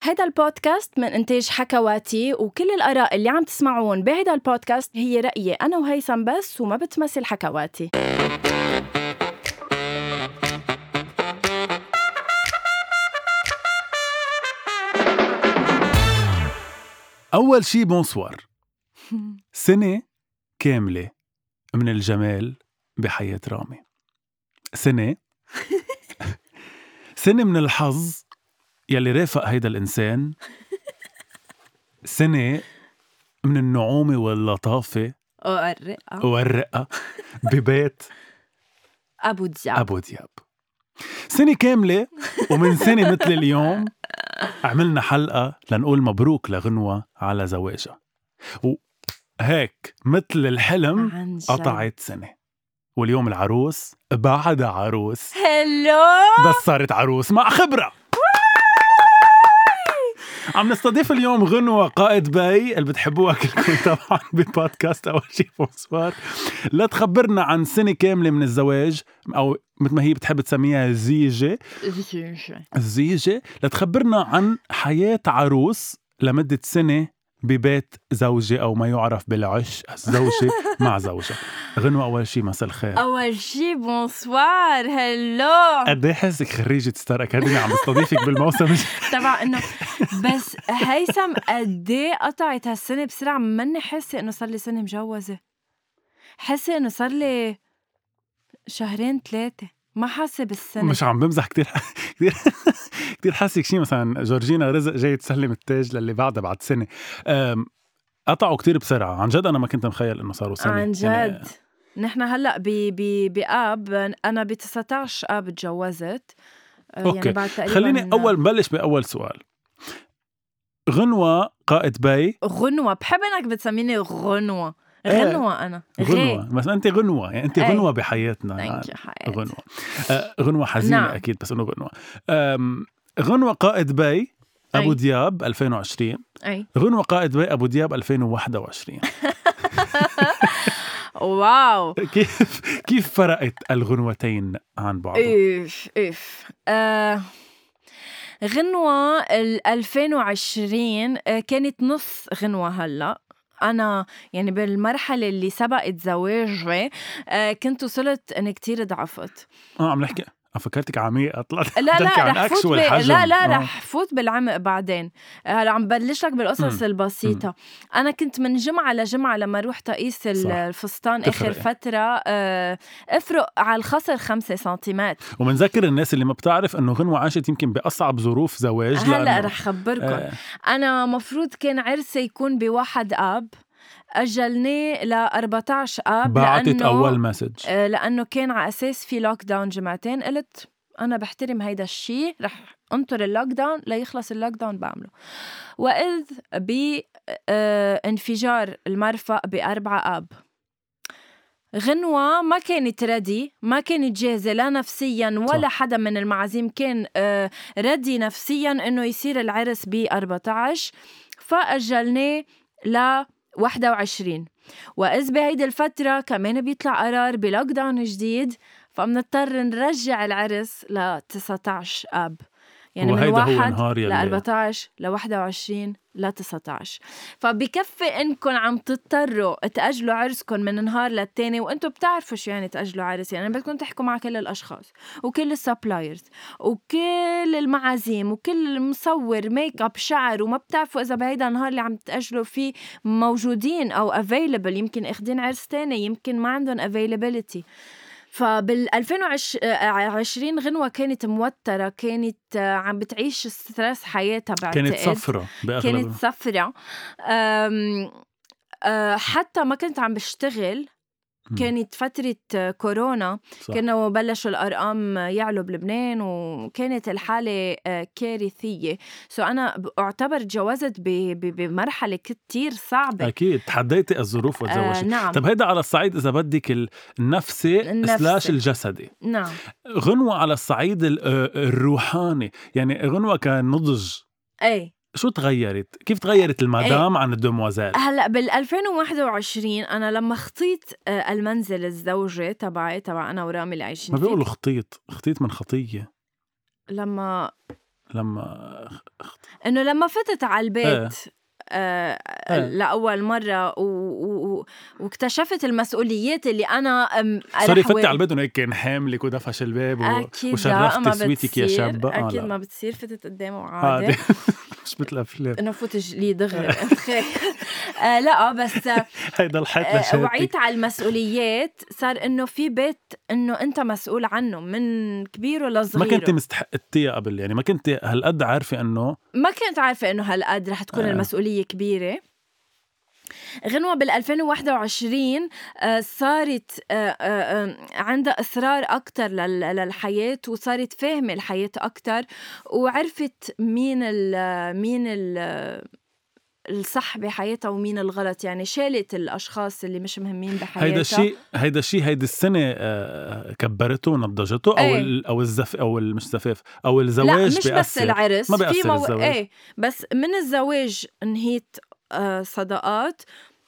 هيدا البودكاست من إنتاج حكواتي، وكل الآراء اللي عم تسمعون بهيدا البودكاست هي رأيي أنا وهيثم بس، وما بتمثل حكواتي. أول شي بونسوار. سنة كاملة من الجمال بحياة رامي. سنة من الحظ يلي رافق هيدا الإنسان. سنة من النعومة واللطافة والرقة ببيت أبو دياب. سنة كاملة. ومن سنة مثل اليوم عملنا حلقة لنقول مبروك لغنوة على زواجها، وهيك مثل الحلم قطعت سنة، واليوم العروس بعد عروس. هلو، بس صارت عروس مع خبرة. عم نستضيف اليوم غنوة قائد باي اللي بتحبوها كلكم طبعا ببودكاست أول شي بونسوار، لا تخبرنا عن سنة كاملة من الزواج، أو مثل ما هي بتحب تسميها الزيجة، لا تخبرنا عن حياة عروس لمدة سنة ببيت زوجة أو ما يعرف بالعش الزوجة مع زوجة. غنوة أول شي مساء الخير. أول شي بونسوار. هلو، قدي حسك خريجة ستار أكاديمي عم بستضيفك بالموسم طبعا إنه بس هيثم قدي قطعت هالسنة بسرعة. مني حاسة إنه صار لي سنة مجوزة، حاسة إنه صار لي 2-3، ما حاسة بالسنة. مش عم بمزح كتير كتير حاسك شي مثلا جورجينا رزق جاي تسلم التاج للي بعدها بعد سنة. قطعوا كتير بسرعة عن جد. أنا ما كنت مخيل إنه صاروا سنة عن جد يعني. نحن هلأ بآب، أنا ب19 آب تجوزت. أوكي. يعني بعد تقريبا خليني أول بلش بأول سؤال. غنوة قائد باي. غنوة، بحب إنك بتسميني غنوة. أنا غنوة، بس أنت غنوة، يعني أنت غنوة بحياتنا يعني. غنوة غنوة حزينة. نعم. أكيد، بس إنه غنوة. غنوة قائد باي أبو دياب 2020. غنوة قائد باي أبو دياب 2021. واو. كيف فرقت الغنوتين عن بعض؟ غنوة 2020 كانت نص غنوة. هلأ أنا يعني بالمرحلة اللي سبقت زواجي كنت وصلت أن كتير ضعفت. عم نحكي، فكرتك عميقة طلعت. لا رح فوت لا رح فوت بالعمق بعدين. هلا عم بلش لك بالقصص البسيطة. أنا كنت من جمعة لجمعة لما روح تقيس الفستان آخر فترة أفرق على الخصر 5 سنتيمات. ومنذكر الناس اللي ما بتعرف أنه غنوة عاشت يمكن بأصعب ظروف زواج. هلا رح خبركم. أنا مفروض كان عرسي يكون ب1 آب، أجلني ل14 آب بعتت أول مسج لأنه كان على أساس في لوك داون جمعتين. قلت أنا بحترم هيدا الشي، رح أنطر اللوك داون ليخلص اللوك داون بعمله. وإذ بانفجار المرفأ ب4 آب. غنوة ما كانت ردي، ما كانت جاهزة لا نفسيا ولا حدا من المعازيم كان ردي نفسيا إنه يصير العرس ب14، فأجلناه ل21. وإذ بهيدي الفترة كمان بيطلع قرار بلوك داون جديد، فمنضطر نرجع العرس ل19 آب. يعني من 1 ل14 ل21 ل19. فبكفي انكم عم تضطروا تأجلوا عرسكم من نهار للتاني، وانتم بتعرفوا شو يعني تأجلوا عرس. يعني بدكم تحكوا مع كل الاشخاص وكل السبلايرز وكل المعازيم وكل المصور ميك اب شعر، وما بتعرفوا اذا بهيدا النهار اللي عم تأجلوا فيه موجودين او available. يمكن اخدين عرس تاني، يمكن ما عندهم availability. فبال2020 غنوة كانت موترة، كانت عم بتعيش ستريس حياتها بعتقد. كانت صفرة بأغلب. كانت صفرة. حتى ما كنت عم بشتغل. كانت فترة كورونا. كانوا بلشوا الأرقام يعلوا بلبنان، وكانت الحالة كارثية. أنا أعتبر جوزت بمرحلة كتير صعبة. أكيد تحديتي الظروف وتزوجت. نعم. طب هيدا على الصعيد إذا بدك النفسي سلاش الجسدي. نعم. غنوة على الصعيد الروحاني، يعني غنوة كان نضج. شو تغيرت؟ كيف تغيرت المدام عن الدموازيل؟ هلأ بال2021 أنا لما خطيت المنزل الزوجي تبع أنا ورامي اللي عايشين ما بيقولوا خطيت من خطية. لما انه لما فتت على البيت لأول مرة واكتشفت المسؤوليات اللي أنا سوري فتي على البيت هيك كان حاملك ودفش الباب وشرفتي سويتك يا شابة. أكيد ما بتصير فتت قدامه عادي مش مثل أفلام إنه فوتج لي دغري لا بس هيدا الحيط وعيت على المسؤوليات. صار إنه في بيت إنه أنت مسؤول عنه من كبير ولا صغير. ما كنت مستحقتيها قبل يعني؟ ما كنت هالقد عارفة إنه ما كنت عارفة إنه هالقد رح تكون المسؤولية كبيرة. غنوة بال2021 صارت عندها إصرار أكتر للحياة وصارت فاهمة الحياة أكتر وعرفت مين الصح بحياتها ومين الغلط. يعني شالت الأشخاص اللي مش مهمين بحياتها. هيدا الشيء هيدي السنة كبرته ونضجته أو الزف أو مش زفاف أو الزواج. لا مش بس العرس ما بيأثر الزواج. بس من الزواج انهيت صداقات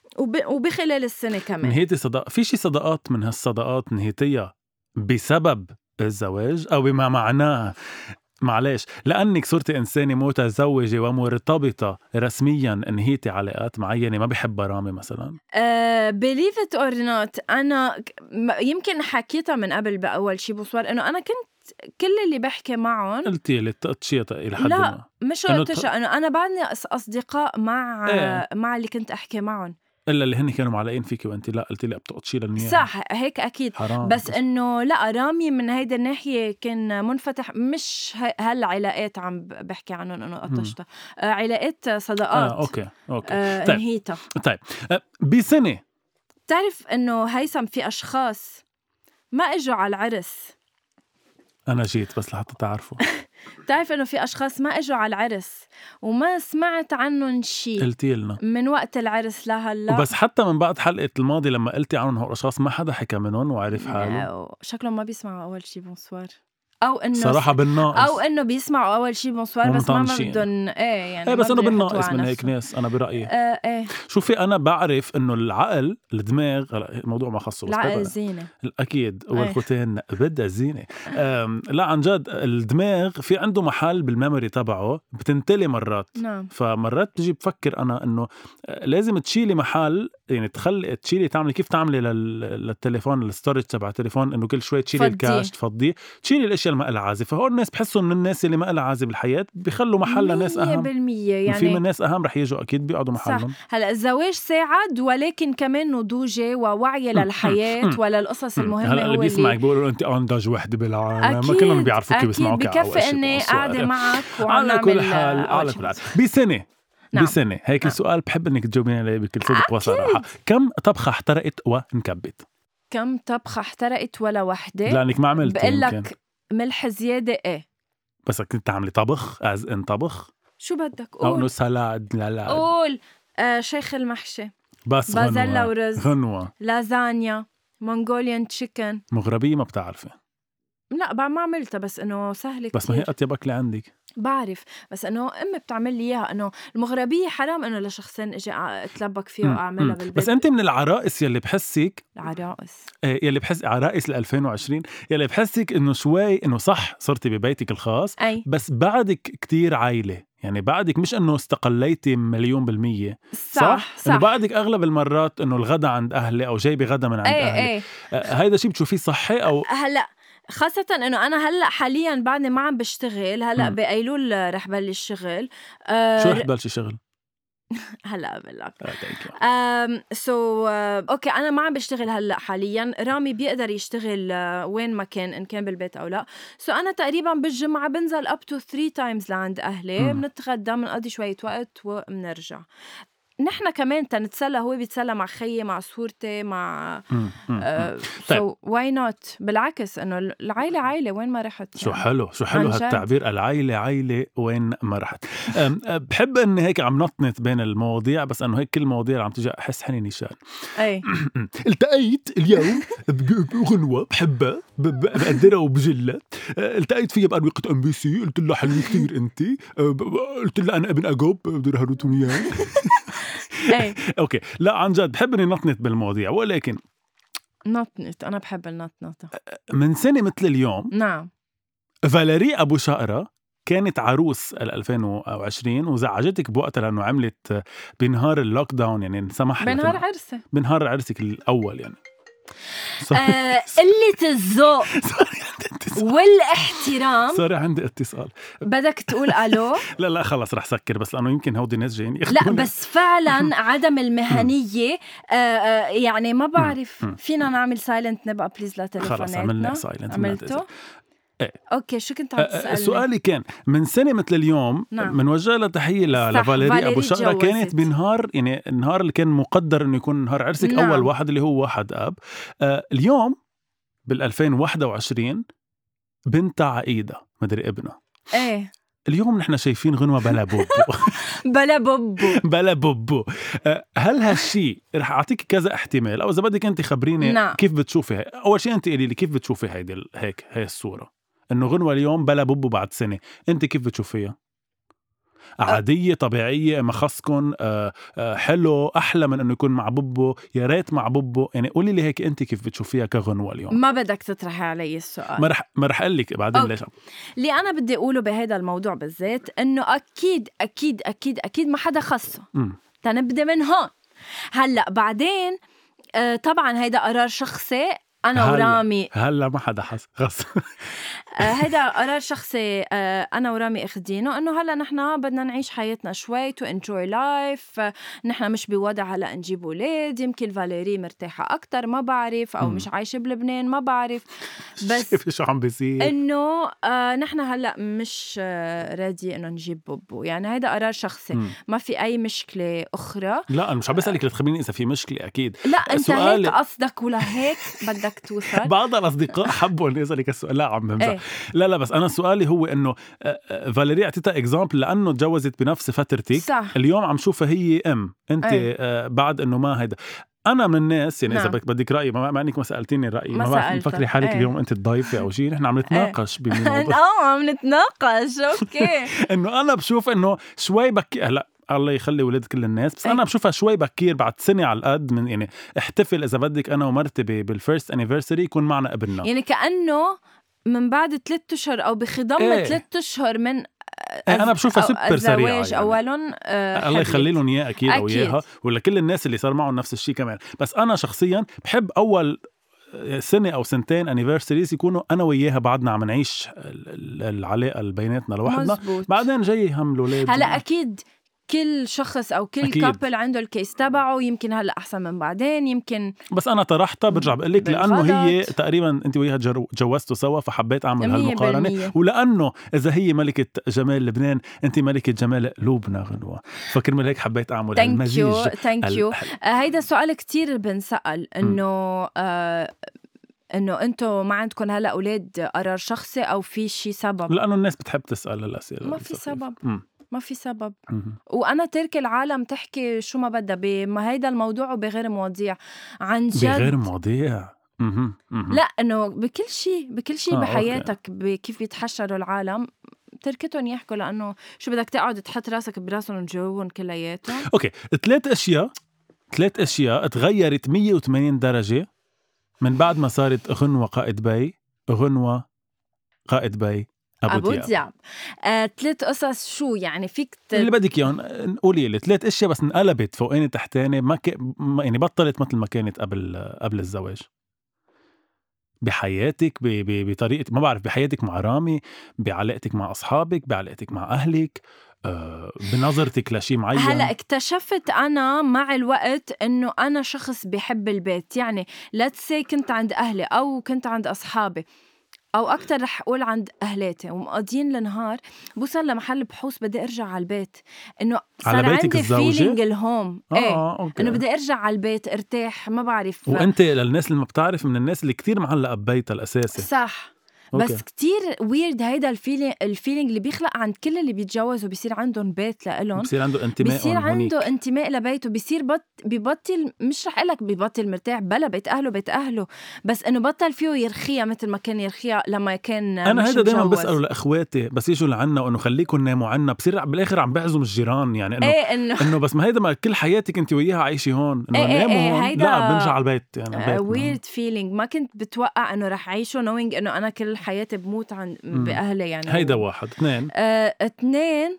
وبخلال السنة كمان نهيتي صداقات. في شي صداقات من هالصداقات نهيتيها بسبب الزواج أو بما معناه معلش لأنك صرتي إنسانة متزوجة ومرتبطة رسمياً انهيتي علاقات معينة ما بحبها رامي مثلاً؟ believe it or not أنا يمكن حكيتها من قبل بأول شي بوصور إنه أنا كنت كل اللي بحكي معهم قلتي لي تقطشيطة إلى حد ما. لا مش قلتشة إنه أنا بعدني أصدقاء مع اللي كنت أحكي معهم إلا اللي هن كانوا معلقين فيكي وأنت لا قلتي لي بتقطشي للنية. صح هيك أكيد حرام. بس إنه لا رامي من هيدا الناحية كان منفتح. مش هالعلاقات عم بحكي عنهم إنه قطشتها علاقات صداقات. أوكي طيب. انهيتها. طيب بسنة تعرف إنه هيثم في أشخاص ما إجوا على العرس. أنا جيت بس لحتى تعرفوا. تعرف إنه في أشخاص ما إجوا على العرس وما سمعت عنهم شيء. قلتي لنا من وقت العرس لهلا. وبس حتى من بعد حلقة الماضي لما قلتي عنهم هؤلاء الأشخاص ما حدا حكى منهم وعرف حاله. شكلهم ما بيسمعوا أول شيء بونسوار أو إنه صراحة بالناقص أو إنه بيسمعوا أول شيء بونسوار بس ما بدهم يعني بس أنا بالناقص من هيك ناس. أنا برأيي شوفي أنا بعرف إنه العقل الدماغ الموضوع ما خصه بس العقل زينة أكيد والختان بدها زينة. لا عن جد الدماغ في عنده محل بالميموري تبعه بتنتلي مرات. نعم. فمرات بجي بفكر أنا إنه لازم تشيلي محل يعني تشيلي تعملي كيف تعملي للتليفون الستورج تبع التليفون إنه كل شوي تشيلي الكاش تفضيه تشيلي الأشياء ما لها عازة. فهو الناس بحسوا إن الناس اللي ما لها عازة بالحياة بيخلوا محل لناس أهم 100% يعني في من ناس أهم رح يجوا أكيد بيقعدوا محلهم. هلا الزواج ساعد ولكن كمان نضوجة ووعي للحياة وللقصص المهمة. هلا اللي بيسمعك بيقولوا أنت أنضج وحدة بالعالم ما كلهم بيعرفوك بيسمعوك. بكفي إني قاعدة معك على كل حال بسنة نعم. بسنة هيك السؤال بحب إنك تجاوبين عليه بكل صدق وصراحة. كم طبخة احترقت وانكبت؟ كم طبخة احترقت ولا وحدة؟ لأنك ما عملت بقلك ملح زيادة بس كنت تعملي طبخ إن طبخ شو بدك قول أو إنه سلاد لا قول شيخ المحشي بس بازلا ورز غنوة لازانيا مونغوليان تشيكن. مغربية ما بتعرفي؟ لا بعد ما عملتها بس إنه سهلة كتير. بس ما هي أطيب أكلة عندك بعرف بس إنه أمي بتعمل لي إياها. إنه المغربية حرام إنه لشخصين أجي أتلبك فيه وأعملها بالبيت. بس أنت من العرائس يلي بحسك العرائس يلي بحس عرائس 2020 يلي بحسك إنه شوي إنه صح صرتي ببيتك الخاص بس بعدك كتير عائلة. يعني بعدك مش إنه استقليتي 100%. صح. إنه بعدك أغلب المرات إنه الغدا عند أهلي أو جايبي غدا من عند أهلي. هيدا شيء بتشوفيه صحي أو هلأ خاصة إنه أنا هلأ حالياً بعدني ما عم بشتغل. هلأ بأيلول رح بلش الشغل. شو رح بلش الشغل؟ هلأ بقولك. أوكي أنا ما عم بشتغل هلأ حالياً. رامي بيقدر يشتغل وين ما كان إن كان بالبيت أو لا. أنا تقريباً بالجمعة بنزل up to 3 times لعند أهلي. بنتغدى بنقضي شوية وقت وبنرجع. نحن كمان تنتسلى. هو بيتسلى مع خيي مع صورتي مع so why not. بالعكس انه العائله عائله وين ما رحت. شو حلو هالتعبير العائله عائله وين ما رحت. بحب اني هيك عم نطنط بين المواضيع بس انه هيك كل المواضيع اللي عم تجي احس حنين نشان. التقيت اليوم بغنوة بحبها بقدرها وبجلة. التقيت فيها بأروقة MBC قلت لها حلوة كتير انتي. قلت لها انا ابن اجوب بدي هروتوني يعني. اوكي لا عن جد بحب اني نطنط بالمواضيع ولكن نطنط انا بحب النطنطه. من سنه مثل اليوم نعم فاليري ابو شقره كانت عروس 2020 وزعجتك بوقتها لأنه عملت بنهار اللوك داون، يعني سمح بنهار عرسك الأول يعني. قلة الذوق والاحترام. سوري عندي اتصال، بدك تقول ألو؟ لا خلص رح سكر، بس لأنه يمكن هودي ناس جايين لا بس فعلا عدم المهنية. يعني ما بعرف فينا نعمل سايلنت نبقى بليز لتليفوناتنا. خلص عملنا سايلنت. عملته؟ إيه؟ اوكي شو كنت عم تسألني؟ سؤالي كان من سنة مثل اليوم. نعم. منوجه لها تحية لفاليري أبو شقرة. كانت بنهار يعني النهار اللي كان مقدر إنه يكون نهار عرسك. نعم. أول واحد اللي هو 1 آب. اليوم بال2021 بنت عقيدة مدري ابنها. ايه اليوم نحن شايفين غنوة بلا بوبو. بلا بوبو. هل هالشي رح أعطيك كذا احتمال، أو إذا بدك أنت خبريني. نعم. كيف بتشوفي أول شيء أنت قولي لي كيف بتشوفي هاي الصورة إنه غنوة اليوم بلا بوبو بعد سنة، أنت كيف بتشوفيها؟ عادية طبيعية ما خصكن حلو أحلى من إنه يكون مع بوبو، يا ريت مع بوبو؟ يعني قولي لي هيك أنت كيف بتشوفيها كغنوة اليوم؟ ما بدك تطرحي علي السؤال. ما رح أقول لك بعدين ليش. اللي أنا بدي أقوله بهذا الموضوع بالذات إنه أكيد أكيد أكيد أكيد ما حدا خصه. تنبدأ من هون. هلأ بعدين طبعا هيدا قرار شخصي أنا ورامي. هلا ما حدا خص. هيدا قرار شخصي أنا ورامي أخدينه، إنه هلا نحنا بدنا نعيش حياتنا شوي to enjoy life. نحنا مش بوضع هلا نجيب أولاد. يمكن فاليري مرتاحة أكتر ما بعرف، أو مش عايشة بلبنان ما بعرف، بس شو عم بيصير إنه نحنا هلا مش رادي إنه نجيب بوبو. يعني هيدا قرار شخصي. ما في أي مشكلة أخرى. لا أنا مش عم بسألك لتخبريني إذا في مشكلة. أكيد لا أنت هيك قصدك ولا هيك بدك توصل. بعض الأصدقاء حبوا إني أسألك السؤال. لا عم بمزح. لا بس أنا سؤالي هو إنه فاليري اعطيتها إكزامبل لأنه تجوزت بنفس فترتك. صح. اليوم عم شوفها هي أنت بعد إنه ما هيدا. أنا من الناس يعني. نعم. إذا بدك رأيي ما أنك ما سألتيني الرأي ما بعرف مفكري حالك اليوم أنت الضيفة أو شيء. نحن عم نتناقش بموضوع. عم نتناقش. أوكي. إنه أنا بشوف إنه شوي هلا الله يخلي ولاد كل الناس، بس أنا بشوفها شوي بكير بعد سنة على القد من يعني احتفل إذا بدك أنا ومرتي بالفيرست أنيفرساري يكون معنا ابننا. يعني كأنه من بعد 3 أشهر أو بخضم 3 أشهر من أنا بشوفها سوبر سريعة يعني. أولاً الله يخلي لهم إياه أكيد أو إياها، ولا كل الناس اللي صار معهم نفس الشيء كمان. بس أنا شخصياً بحب أول سنة أو سنتين أنيفرساريز يكونوا أنا وياها بعدنا عم نعيش العلاقة بيناتنا لوحدنا. بعدين جاي هم الولاد. هلا أكيد كل شخص أو كل كابل عنده الكيس تبعه. يمكن هلأ أحسن من بعدين يمكن. بس أنا طرحتها برجع بقولك لأنه هي تقريبا أنت وياها جوزتوا سوا، فحبيت أعمل هالمقارنة. ولأنه إذا هي ملكة جمال لبنان أنت ملكة جمال قلوبنا غنوة، فكرمال هيك حبيت أعمل هالمزيج. Thank you. هيدا سؤال كتير بنسأل إنه إنه أنتوا ما عندكم هلأ أولاد قرار شخصي أو في شي سبب؟ لأنه الناس بتحب تسأل الأسئلة. ما في سبب. ما في سبب. وأنا ترك العالم تحكي شو ما بدها بما هيدا الموضوع وبغير مواضيع. عن جد بغير مواضيع. لا إنه بكل شيء بحياتك كيف بيتحشروا العالم تركتهم يحكوا، لأنه شو بدك تقعد تحط راسك براسهم وتجاوبهم كلياتهم. أوكي 3 أشياء تغيرت 180 درجة من بعد ما صارت غنوة قائد باي أبو دياب. 3 قصص. شو يعني فيك اللي بدك يون قولي لي 3 أشياء بس انقلبت فوقين تحتاني يعني بطلت مثل ما كانت قبل الزواج بحياتك بطريقة ما بعرف، بحياتك مع رامي، بعلاقتك مع أصحابك، بعلاقتك مع أهلك، بنظرتك لشي معين. هلأ اكتشفت أنا مع الوقت إنه أنا شخص بيحب البيت. يعني let's say كنت عند أهلي أو كنت عند أصحابي أو أكتر رح أقول عند أهلاتي ومقضين النهار، بوصل لمحل بحوس بدي أرجع على البيت. إنه صار عندي فيلينج الهوم. إنه بدي أرجع على البيت أرتاح. ما بعرف. وأنت للناس اللي ما بتعرف من الناس اللي كتير معلقة ببيتها الأساسي. صح. بس كتير ويرد هيدا الفيلينج اللي بيخلق عند كل اللي بيتجوزوا. بيصير عندهم بيت لإلهم، بيصير عنده انتماء، بيصير عنده انتماء لبيته. بيصير ببطل، مش رح قلك ببطل مرتاح بلا بيت أهله بس إنه بطل فيه يرخيها مثل ما كان يرخيها لما كان. أنا هيدا دايما بسأله لأخواتي بس يجوا لعنا وإنه خليكم ناموا عنا، بصير بالآخر عم بعزم الجيران. يعني إنه بس ما هيدا ما كل حياتك أنت وياها عايشي هون، إنه ناموا هون. لا بنرجع على البيت. يعني weird feeling. ما كنت بتوقع إنه رح عيشه knowing إنه أنا كل بحياتي بموت عن بأهلي يعني. هيدا واحد. 2 2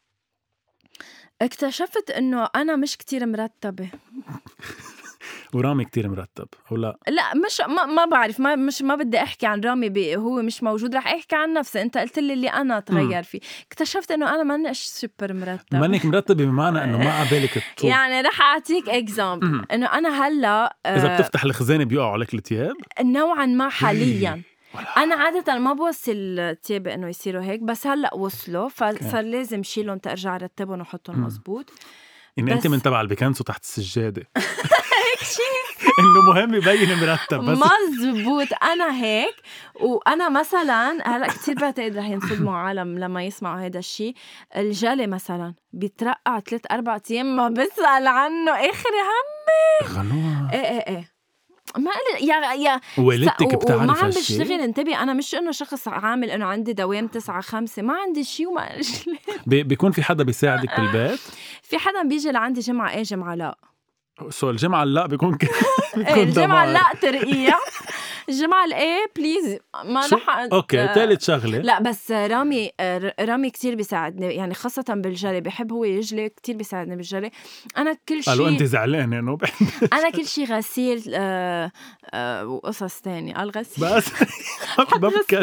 اكتشفت إنه أنا مش كتير مرتبة. ورامي كتير مرتب أو لا؟ لا مش ما بعرف، ما بدي أحكي عن رامي هو مش موجود، رح أحكي عن نفسي. أنت قلت لي اللي أنا تغير فيه. اكتشفت إنه أنا مانيش سوبر مرتب. مانك مرتبة بمعنى إنه ما عبالك تطوب. يعني رح أعطيك إكزامبل إنه أنا هلا إذا بتفتح الخزانة بيقعوا عليك التياب نوعا ما حاليا. أنا عادة ما بوصل التياب إنه يصيروا هيك، بس هلا وصلوا فصار لازم شيلهم ترجع رتبهم وحطهم مزبوط. يعني أنت من تبع البيكانسو تحت السجادة هيك شيء إنه مهم يبين مرتب بس مزبوط. أنا هيك. وأنا مثلا هلا كتير بعتقد رح ينصدموا عالم لما يسمعوا هذا الشيء. الجالي مثلا بيترقع 3-4 أيام ما بسأل عنه، آخر همي غنوة. إيه ما يا والدتك بتعرف وما عم بشتغل. انتبه أنا مش إنه شخص عامل إنه عندي دوام 9-5، ما عندي شيء وما بيكون في حدا بيساعدك بالبيت؟ في حدا بيجي لعندي جمعة جمعة لا. الجمعة لا بيكون الجمعة لا ترقيع. الجمعة الايه بليز ما لحقت. اوكي. ثالث شغلة. لا بس رامي كتير بيساعدني يعني، خاصة بالجري بحب هو يجلي كتير بيساعدني بالجري. أنا كل شيء قالوا أنت زعلانة إنه أنا كل شيء غسيل وقصص تاني الغسيل بس ببكي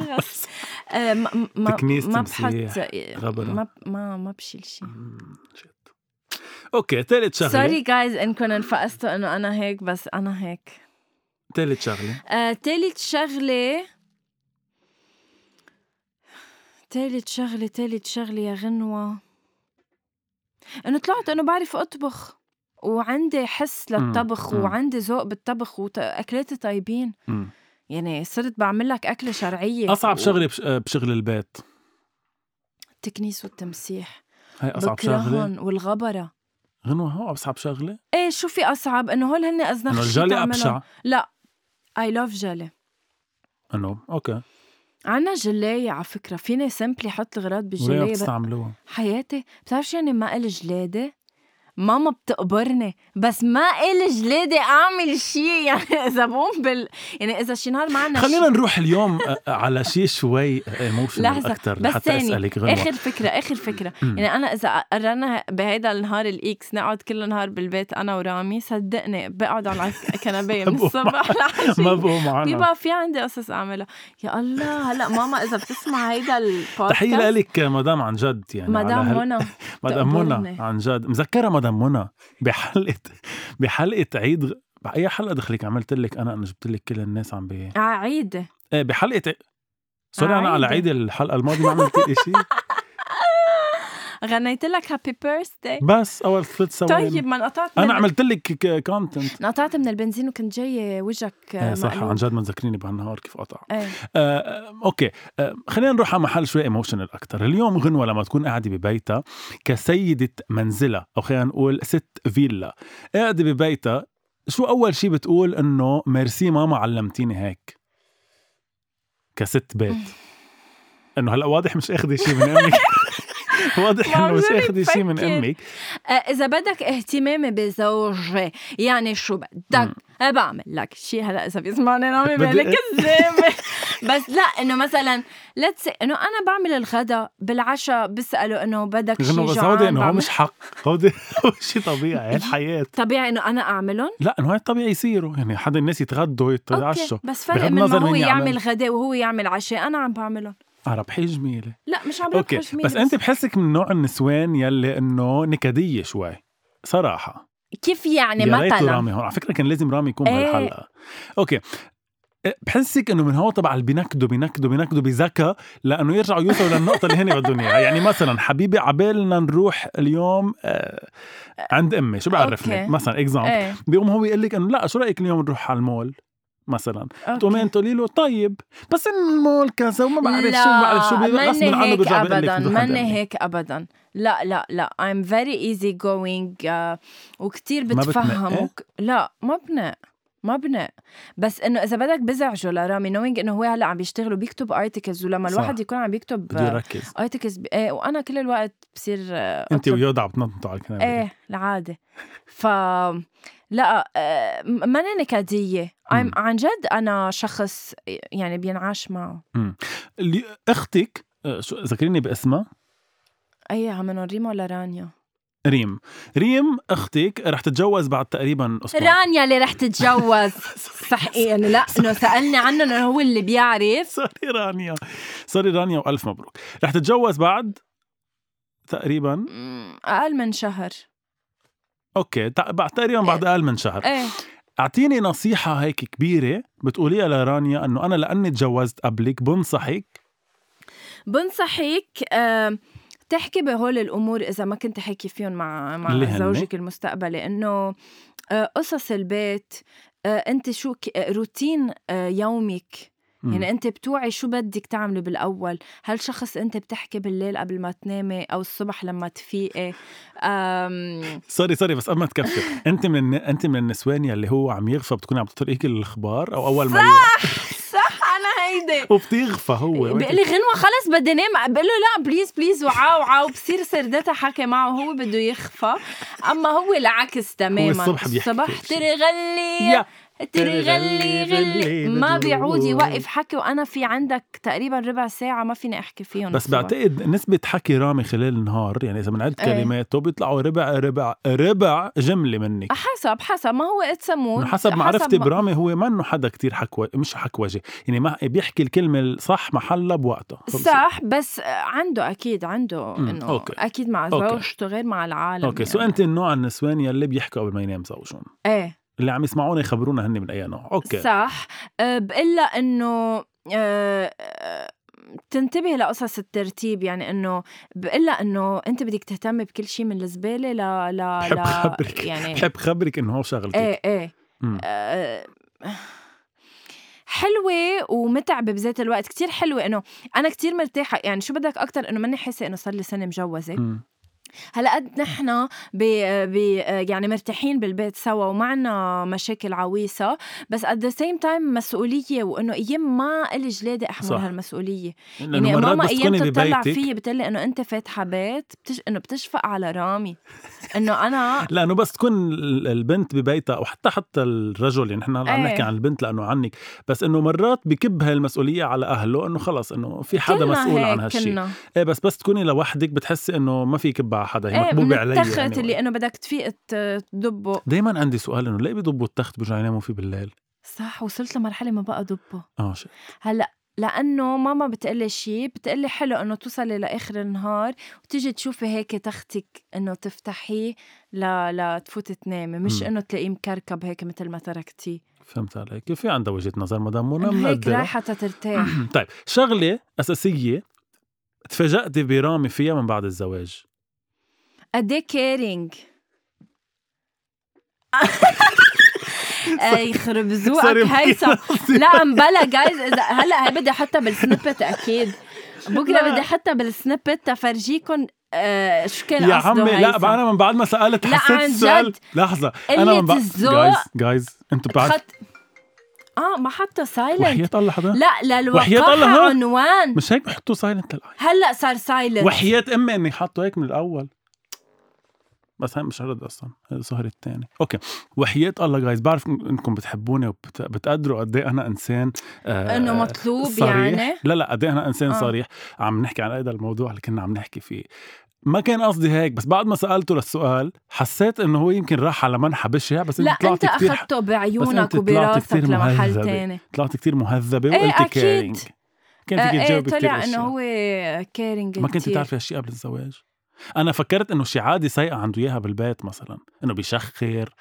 ما بحط ما بشيل شيء. اوكي. ثالث شغله. سوري جايز انكم انفقستوا انه انا هيك، بس انا هيك. ثالث شغله. ثالث شغله يا غنوة، انه طلعت انه بعرف اطبخ وعندي حس للطبخ وعندي ذوق بالطبخ واكلاتي طيبين. يعني صرت بعمل لك اكله شرعيه. اصعب شغله بشغل البيت التكنيس والتمسيح. هاي اصعب شغله. والغبره. غنوة هو أصعب شغلة؟ إيه شو في أصعب؟ إنه هول هن أزنخ شيء تعملهم. الجالي أبشع. لا I love جالي. إنه أوكي. عنا جلاية على فكرة، فيني سمبلي حط الغراض بالجلاية. وليه بتستعملوها؟ حياتي بتعرف شو يعني ما إلي جلادة؟ ماما بتقبرني بس ما إلي جلادة أعمل شيء. يعني إذا بقوم يعني إذا شي نهار ما عنا خلينا نروح اليوم على شيء شوي ايموشنال أكتر لحتى أسألك غنوة. آخر فكرة يعني أنا إذا قررنا بهيدا النهار الإكس نقعد كل نهار بالبيت أنا ورامي، صدقني بقعد على الكنباية من الصبح لعشية ما بقوم معنا. بيبقى في عندي قصص أعملها. يا الله هلأ ماما إذا بتسمع هيدا البودكاست تحية لك مدام عن جد يعني. مدام منى. مدام منى عن جد. مذكرة مدام منى بحلقة عيد. بأي حلقة دخلك عملت لك أنا جبت لك كل الناس عم عيد. إيه بحلقة سوري أنا على عيد الحلقة الماضية ما عملت لي شيء. غنيت لك هابي بيرثداي بس أول 3 ثواني. طيب ما نقطعت أنا عملت لك كونتنت. نقطعت من البنزين وكنت جاي وجهك صح عن جد ما تذكريني بهالنهار كيف قطع. أوكي. خلينا نروح على محل شوي ايموشنال أكتر. اليوم غنوة لما تكون قاعدة ببيتها كسيدة منزلة أو خلينا نقول ست فيلا قاعدة ببيتها، شو أول شي بتقول؟ إنه ميرسي ماما علمتيني هيك كست بيت. إنه هلأ واضح مش أخذي شي من أمك. واضح إنه مش أخذي شي من أمك. إذا بدك اهتمامي بزوجي يعني شو بدك بعمل لك شي. هلا إذا بيسمعني رامي بالك الزامة بس لا إنه مثلا let's say إنه أنا بعمل الغدا بالعشاء بسأله إنه بدك شي جوعان. إنه هو مش حق، هو شي طبيعي الحياة. طبيعي إنه أنا أعملهم. لا إنه هاي طبيعي يصيروا يعني حدا الناس يتغدوا يتعشوا. بس فرق من ما هو يعمل غدا وهو يعمل عشاء. أنا عم بعمله. ربحي جميلة. لا مش عم ربحي جميلة. بس أنت بحسك من نوع النسوان يلي إنه نكدية شوي صراحة. كيف يعني مثلا؟ يا ريت رامي هون على فكرة كان لازم رامي يكون بهالحلقة. أوكي. بحسك إنه من هو طبعا بينكدوا بذكاء لأنه يرجعوا يوصلوا للنقطة اللي هن بدهم إياها. يعني مثلا حبيبي عبالنا نروح اليوم عند أمي شو بعرفني مثلا إكزامبل بيقوم هو يقول لك إنه لا شو رأيك اليوم نروح على المول مثلا. تقومين تقولي له طيب بس المول كذا وما بعرف شو غصب عنه بيرجع بيقول لك ماني هيك ابدا. لا I'm very easy going وكتير بتفهم. لا ما بنق بس انه اذا بدك بزعجه لرامي نوينج انه هو هلا عم بيشتغل وبيكتب ارتكلز، ولما الواحد يكون عم بيكتب ارتكلز وانا كل الوقت بصير انت ويوضع بتنططوا على الكنبه العاده. ف لا ما نكديه عن جد، انا شخص يعني بينعاش معه. اختك شو ذكريني باسمها؟ عم ريم ولا رانيا؟ ريم اختك رح تتجوز بعد تقريبا اسبوع. رانيا اللي رح تتجوز صح يعني لا انه سألني عنه انه هو اللي بيعرف. سوري رانيا والف مبروك. رح تتجوز بعد تقريبا اقل من شهر. اوكي بعد تقريبا بعد اقل من شهر. اعطيني نصيحة هيك كبيرة بتقوليها لرانيا انه انا لاني تجوزت قبلك بنصحك تحكي بهول الأمور إذا ما كنت حكي فيهم مع زوجك المستقبلي، إنه قصص البيت، أنت شو روتين يومك، يعني أنت بتوعي شو بدك تعملي بالأول. هل شخص أنت بتحكي بالليل قبل ما تنامي أو الصبح لما تفيقي؟ سوري بس أما تكفي أنت من النسوان اللي هو عم يغفى بتكوني عم تطرقي الأخبار أو أول ما صح أنا هيدي وبتغفى هو بيقول لي غنوة خلص بدي نام، بقول له لا بليز وعاو بصير سردتها حكي معه هو بده يخفى. أما هو العكس تماما، الصبح تري غلي ما بيعود يوقف حكي، وأنا في عندك تقريبا ربع ساعة ما فيني أحكي فيهم. بس بعتقد نسبة حكي رامي خلال النهار يعني إذا بنعد كلماته بيطلعوا ربع جملة منك. حسب ما هو اتسمون، حسب معرفتي برامي هو ما إنه حدا كتير مش حكوجي، يعني ما بيحكي الكلمة الصح محلها بوقتها صح، بس أكيد عنده إنه أكيد مع زوجته غير مع العالم. أوكي يعني. سو أنت النوع النسواني اللي بيحكوا قبل ما ينام زوجهم؟ اللي عم يسمعونا يخبرونا هن من أي نوع. أوكي صح. بقلا إنه تنتبه لقصص الترتيب، يعني إنه بقلا إنه أنت بدك تهتم بكل شيء من الزبالة لا يعني بحب خبرك إنه هو شغلتك. حلوة ومتعبة بذات الوقت. كتير حلوة إنه أنا كتير مرتاحة، يعني شو بدك أكتر إنه ماني حاسة إنه صار لي سنة مجوزة. هلا قد نحنا يعني مرتاحين بالبيت سوا ومعنا مشاكل عويصة، بس at the same time مسؤولية، وإنه أيام ما إلي جلادة أحمل هالمسؤولية. يعني ماما أيام تطلع فيي بتقلي إنه أنت فاتحة بيت إنه بتشفق على رامي إنه أنا لأنه بس تكون البنت ببيتها أو حتى الرجل، يعني نحن عم نحكي عن البنت لأنه عنك، بس إنه مرات بكب هالمسؤولية على أهله إنه خلص إنه في حدا مسؤول عن هالشيء. بس تكوني لوحدك بتحسي إنه ما في كب حدا مقبوب علي التخت اللي انه بدك تفيق تدبه. دايما عندي سؤال انه ليه بيضبوا التخت برجعوا يناموا فيه بالليل؟ صح، وصلت لمرحله ما بقى دبه. شيء هلا لانه ماما بتقلي شيء، بتقلي حلو انه توصلي لاخر النهار وتيجي تشوفي هيك تختك انه تفتحيه لا تفوت تنامي، مش انه تلاقيه مكركب هيك مثل ما تركتيه. فهمت عليك، في عندها وجهة نظر مدام منى هيك رايحه ترتاح. طيب شغله اساسيه تفاجأتي برامي فيها من بعد الزواج؟ قد ايه كيرينج. يخرب ذوقك هيثم. لا مبلا جايز، اذا هلا بدي احطها بالسنيبت اكيد بكره بدي احطها بالسنيبت تفرجيكم شو كان يا عمي. لا انا من بعد ما سالت حسيت السؤال. لحظه انا من بعد جايز انتوا بعد ما حطوا سايلنت. وحياة الله حدا؟ لا للوقاحة عنوان، مش هيك بحطوا سايلنت للآية. هلا صار سايلنت. وحياة امي اني حطوا هيك من الاول، بس هاي مش هرد اصلا، هذا الظهر الثاني. اوكي وحياة الله جايز، بعرف انكم بتحبوني وبتقدروا قد ايه انا انسان انه مطلوب صريح. يعني لا قد ايه انا انسان صريح. عم نحكي عن هذا الموضوع اللي كنا عم نحكي فيه، ما كان قصدي هيك، بس بعد ما سألته للسؤال حسيت انه هو يمكن راح على منحى بشع، بس لا انت اخذته بعيونك وبراسك لمحل تاني. طلعت كتير مهذبة وقلت كيرينج. كان فيك تجاوب كتير طلع انه هو كيرينج. ما كنت تعرفي هالشيء قبل الزواج؟ انا فكرت انه شي عادي سيئة عنده اياها بالبيت، مثلا انه بيشخر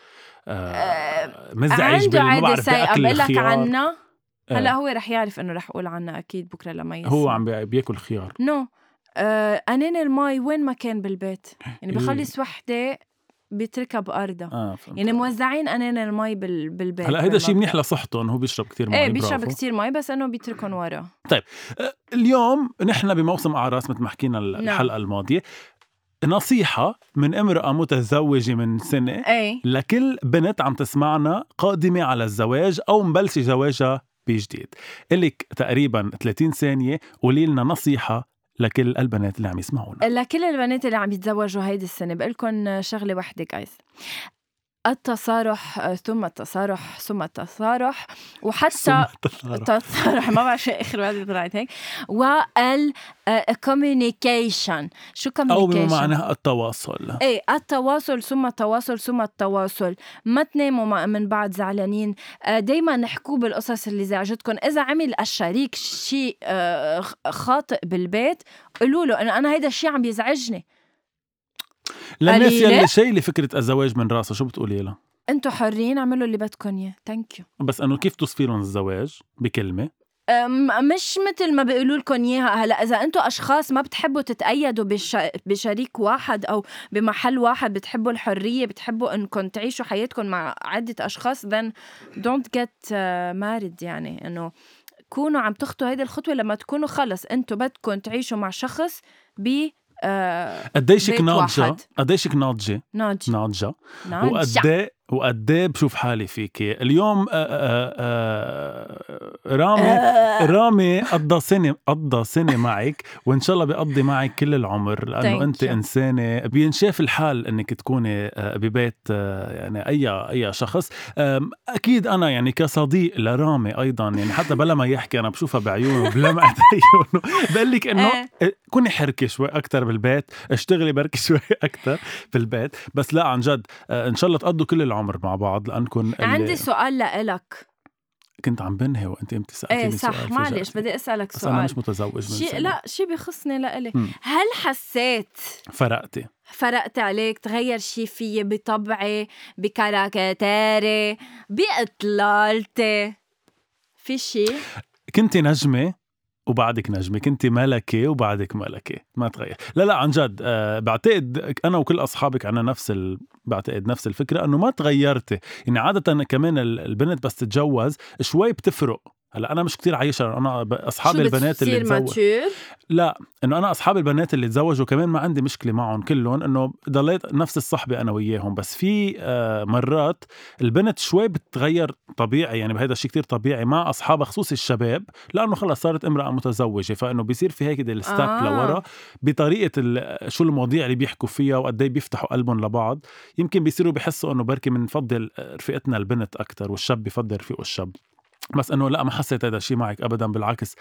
مزعج عنده عادي سيئة. بقول لك عنا هلا هو رح يعرف انه رح اقول عنها اكيد بكره لما يسمع. هو عم بياكل خيار. أنين الماي وين ما كان بالبيت، يعني بخلص وحدة بيتركها بأرضها. يعني موزعين أنين الماي بالبيت. هلا هيدا شيء منيح لصحته انه هو بيشرب كتير ماء. بيشرب كتير ماء، بس انه بيتركهم ورا. طيب اليوم نحن بموسم اعراس مثل ما حكينا الحلقة الماضية. نصيحة من امرأة متزوجة من سنة لكل بنت عم تسمعنا قادمة على الزواج أو مبلشة زواجها بجديد. إلك تقريبا 30 ثانية قولي لنا نصيحة لكل البنات اللي عم يسمعونا. لكل البنات اللي عم يتزوجوا هيدي السنة بقولكن شغلة واحدة جايز: التصارح ثم التصارح ثم التصارح، وحتى التصارح ما بعرف شو آخر واحدة طلعت هيك، communication. شو communication؟ أو بمعنى التواصل. إيه، التواصل ثم التواصل ثم التواصل. ما تناموا من بعض زعلانين، دايما نحكوا بالقصص اللي زعجتكم. إذا عمل الشريك شيء خاطئ بالبيت قولوا له إنه أنا هيدا الشيء عم يزعجني. للناس يلي شايلة فكرة الزواج من راسه شو بتقولي لها؟ انتوا حرين، اعملوا اللي بدكم اياه. ثانك يو. بس انه كيف توصفي لهم الزواج بكلمة؟ مش مثل ما بيقولوا لكم اياها. هلا اذا انتوا اشخاص ما بتحبوا تتأيدوا بشريك واحد او بمحل واحد، بتحبوا الحرية، بتحبوا انكم تعيشوا حياتكم مع عدة اشخاص، then don't get married. يعني انه كونوا عم تخطوا هيدي الخطوة لما تكونوا خلص انتوا بدكم تعيشوا مع شخص قديشك ناضجة وقديه بشوف حالي فيك اليوم. رامي قضى سنة معك، وإن شاء الله بيقضي معك كل العمر، لأنه أنت إنسانة بينشاف الحال أنك تكوني ببيت يعني أي شخص. أكيد أنا يعني كصديق لرامي أيضا، يعني حتى بلا ما يحكي أنا بشوفها بعيونه بلمعة عيونه بقول لك إنه كوني حركة شوي أكتر بالبيت، اشتغلي بركي شوي أكتر بالبيت. بس لا، عن جد إن شاء الله تقضوا كل العمر مع بعض. لأنكم عندي سؤال لإلك. كنت عم بنهي وانت امتى سألتني سؤال. صح، معلش بدي أسألك سؤال. أنا مش متزوج من سنة. لا، شي بيخصني لإلي. هل حسيت فرقت عليك؟ تغير شي فيي بطبعي، بكاركتيري، بإطلالتي، في شي؟ كنتي نجمة وبعدك نجمة، كنتي ملكة وبعدك ملكة، ما تغير. لا عن جد بعتقد أنا وكل أصحابك عنا بعتقد نفس الفكرة، أنه ما تغيرتي. يعني عادة كمان البنت بس تتجوز شوي بتفرق. هلا أنا مش كتير عايشة، أنا أصحاب البنات اللي تزوجوا، لا إنه أنا أصحاب البنات اللي تزوجوا كمان ما عندي مشكلة معهم كلهم، إنه ضليت نفس الصحبة أنا وياهم. بس في مرات البنت شوي بتغير طبيعي، يعني بهذا الشيء كتير طبيعي مع أصحابها، خصوص الشباب، لأنه خلص صارت امرأة متزوجة، فإنه بيصير في هيك دي الستاب لورا بطريقة شو المواضيع اللي بيحكوا فيها وقدي بيفتحوا قلبهم لبعض. يمكن بيصيروا بيحسوا إنه بركي منفضل رفقتنا البنت أكتر، والشاب بيفضل رفيقه الشاب. بس انه لا، ما حسيت هذا الشيء معك ابدا، بالعكس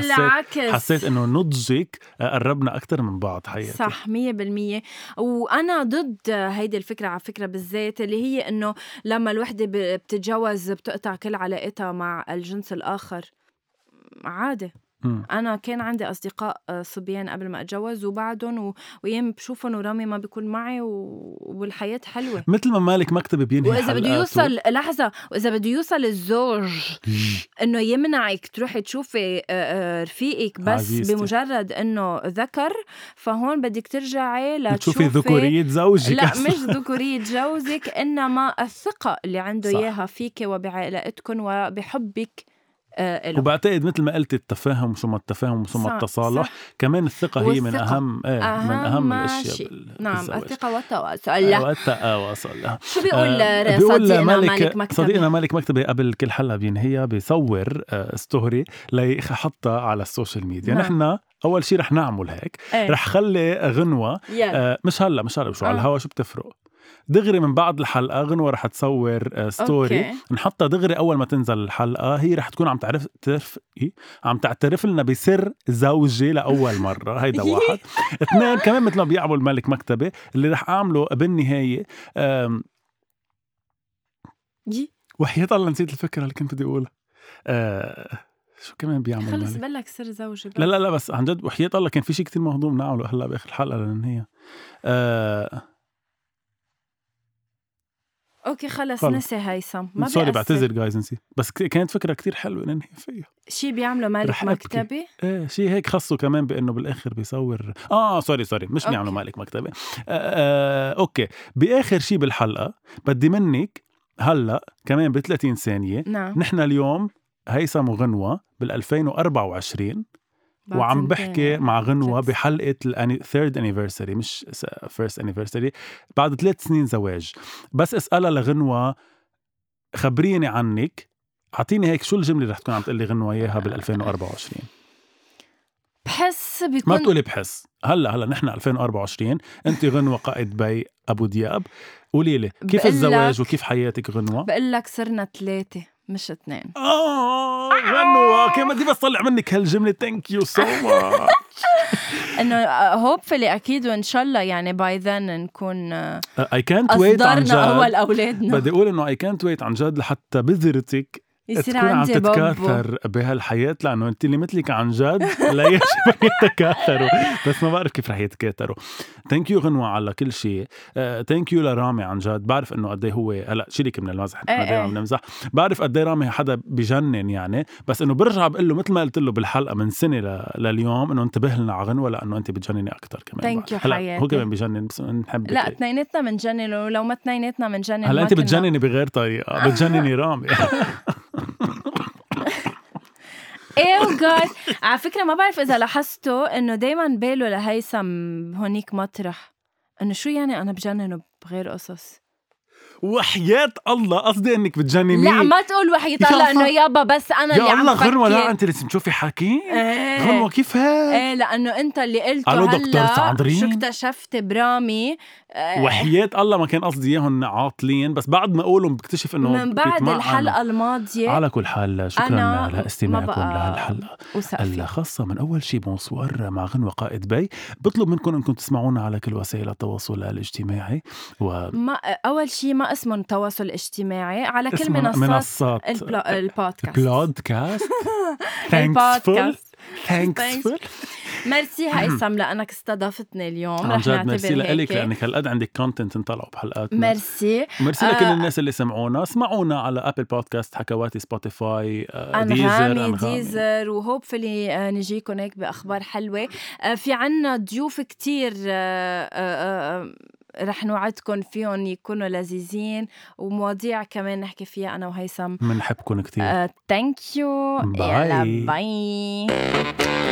حسيت انه نضجك قربنا اكتر من بعض حياتي. صح 100%. وانا ضد هيدي الفكره على فكره بالذات، اللي هي انه لما الوحده بتتجوز بتقطع كل علاقتها مع الجنس الاخر. عادي. أنا كان عندي أصدقاء صبيان قبل ما أتجوز وبعدهم، ويام بشوفهم ورامي ما بيكون معي والحياة حلوة. مثل ما مالك مكتب بينهي وإذا بده يوصل لحظة، وإذا بده يوصل الزوج إنه يمنعك تروحي تشوفي رفيقك بس عزيزتي بمجرد إنه ذكر، فهون بدك ترجعي لتشوفي ذكورية زوجك. لا مش ذكورية جوزك، إنما الثقة اللي عنده إياها فيك وبعائلتكم وبحبك. وبعتقد مثل ما قلت التفاهم ثم التفاهم ثم التصالح، كمان الثقة هي من أهم من أهم الأشياء. نعم، الثقة والتواصل. شو بيقول صديقنا مالك مكتبي قبل كل حلقة بينهيها بيصور ستوري ليحطها على السوشيال ميديا. نحن أول شيء رح نعمل هيك، رح خلي غنوة مش هلا شو على الهوا، شو بتفرق دغري من بعد الحلقة غنوة رح تصور ستوري نحطها دغري أول ما تنزل الحلقة. هي رح تكون عم تعترف لنا بسر زوجي لأول مرة. هيدا واحد. اثنين كمان مثل ما بيعمل مالك مكتبي اللي رح أعمله بالنهاية. وحياة الله نسيت الفكرة اللي كنت بدي أقولها. شو كمان بيعمل خلص بلك سر زوجي. لا بس عن جد وحياة الله كان في شيء كتير مهضوم نعمله هلا بآخر الحلقة لننهيها. اوكي خلص نسي هيثم، ما سوري بعتذر جايز نسي، بس كانت فكرة كتير حلوة ننهي فيها. شي بيعملوا مالك مكتبي؟ ايه شي هيك خصوا كمان بانه بالاخر بيصور سوري مش بيعملوا مالك مكتبي. اوكي باخر شي بالحلقة بدي منك هلا كمان ب30 ثانية. نعم. نحن اليوم هيثم وغنوة بال2024 وعم بحكي مع غنوة بحلقة third anniversary مش first anniversary بعد 3 سنين زواج. بس اسألها لغنوة خبريني عنك، عطيني هيك شو الجملة رح تكون عم تقلي غنوة إياها بال2024؟ بحس بيكون ما تقولي بحس هلا نحن 2024 انت غنوة قائد باي ابو دياب، قولي لي كيف الزواج وكيف حياتك غنوة؟ بقول لك صرنا 3 مش 2. غنوة كيف بدي بس طلع منك هالجملة ثانك يو سو ماتش. انه هوبفلي اكيد وان شاء الله يعني باي ذن نكون اي كانت ويت عن جد اول اولادنا. بدي اقول انه اي كانت ويت عن جد لحتى بذرتك يصير تكون عم عندي تتكاثر بهالحياة، لأنه أنت اللي مثلك عن جد لا يجب أن يتكاثروا، بس ما بعرف كيف رح يتكاثروا. ثانك يو غنوة على كل شيء. ثانك يو لرامي عن جد، بعرف إنه قديه هو هلا شيلك من المزح دايما بنمزح، بعرف قديه رامي حدا بجنن يعني، بس إنه برجع بقول له مثل ما قلت له بالحلقة من سنة لليوم إنه انتبه لنا على غنوة لأنه أنت بتجنني أكتر كمان. ثانك يو حياتي. هو كمان بجنن بس نحبك. لا اثنيناتنا بنجنن، ولو ما اثنيناتنا بنجنن. هلا أنت بتجنني بغير طريقة، بتجنني رامي. ايه جاد. على فكرة ما بعرف إذا لاحظتوا إنه دايما باله لهيثم هونيك مطرح إنه شو يعني أنا بجننه بغير قصص. وحياة الله قصدي انك بتجنني. لا ما تقول وحياة الله انه يابا بس انا اللي عم بفكر. غنوة لا انت لازم تشوفي حكي. غنوة كيف هيك؟ لانه انت اللي قلته هلا شو اكتشفت برامي. وحياة الله ما كان قصدي اياهم عاطلين، بس بعد ما اقولهم بكتشف انه من بعد الحلقة الماضية. على كل حال شكرا لاستماعكم لهالحلقة الخاصة من اول شي بونسوار مع غنوة قائد باي. بطلب منكم انكم تسمعونا على كل وسائل التواصل الاجتماعي ما اول شي ما اسمه تواصل اجتماعي، على كل منصات البودكاست. Thankful. ميرسي هيثم لأنك استضافتني اليوم. عن جد ميرسي لك لأنك هالقد عندك كونتنت نطلعوا بحلقاتنا. ميرسي لكل الناس اللي اسمعونا على أبل بودكاست، حكواتي، سبوتيفاي، ديزر وهوبفلي نجيكم هيك بأخبار حلوة. في عنا ضيوف كتير رح نوعدكم فيهم يكونوا لذيذين، ومواضيع كمان نحكي فيها أنا وهيثم. منحبكم كتير. Thank you. باي. باي.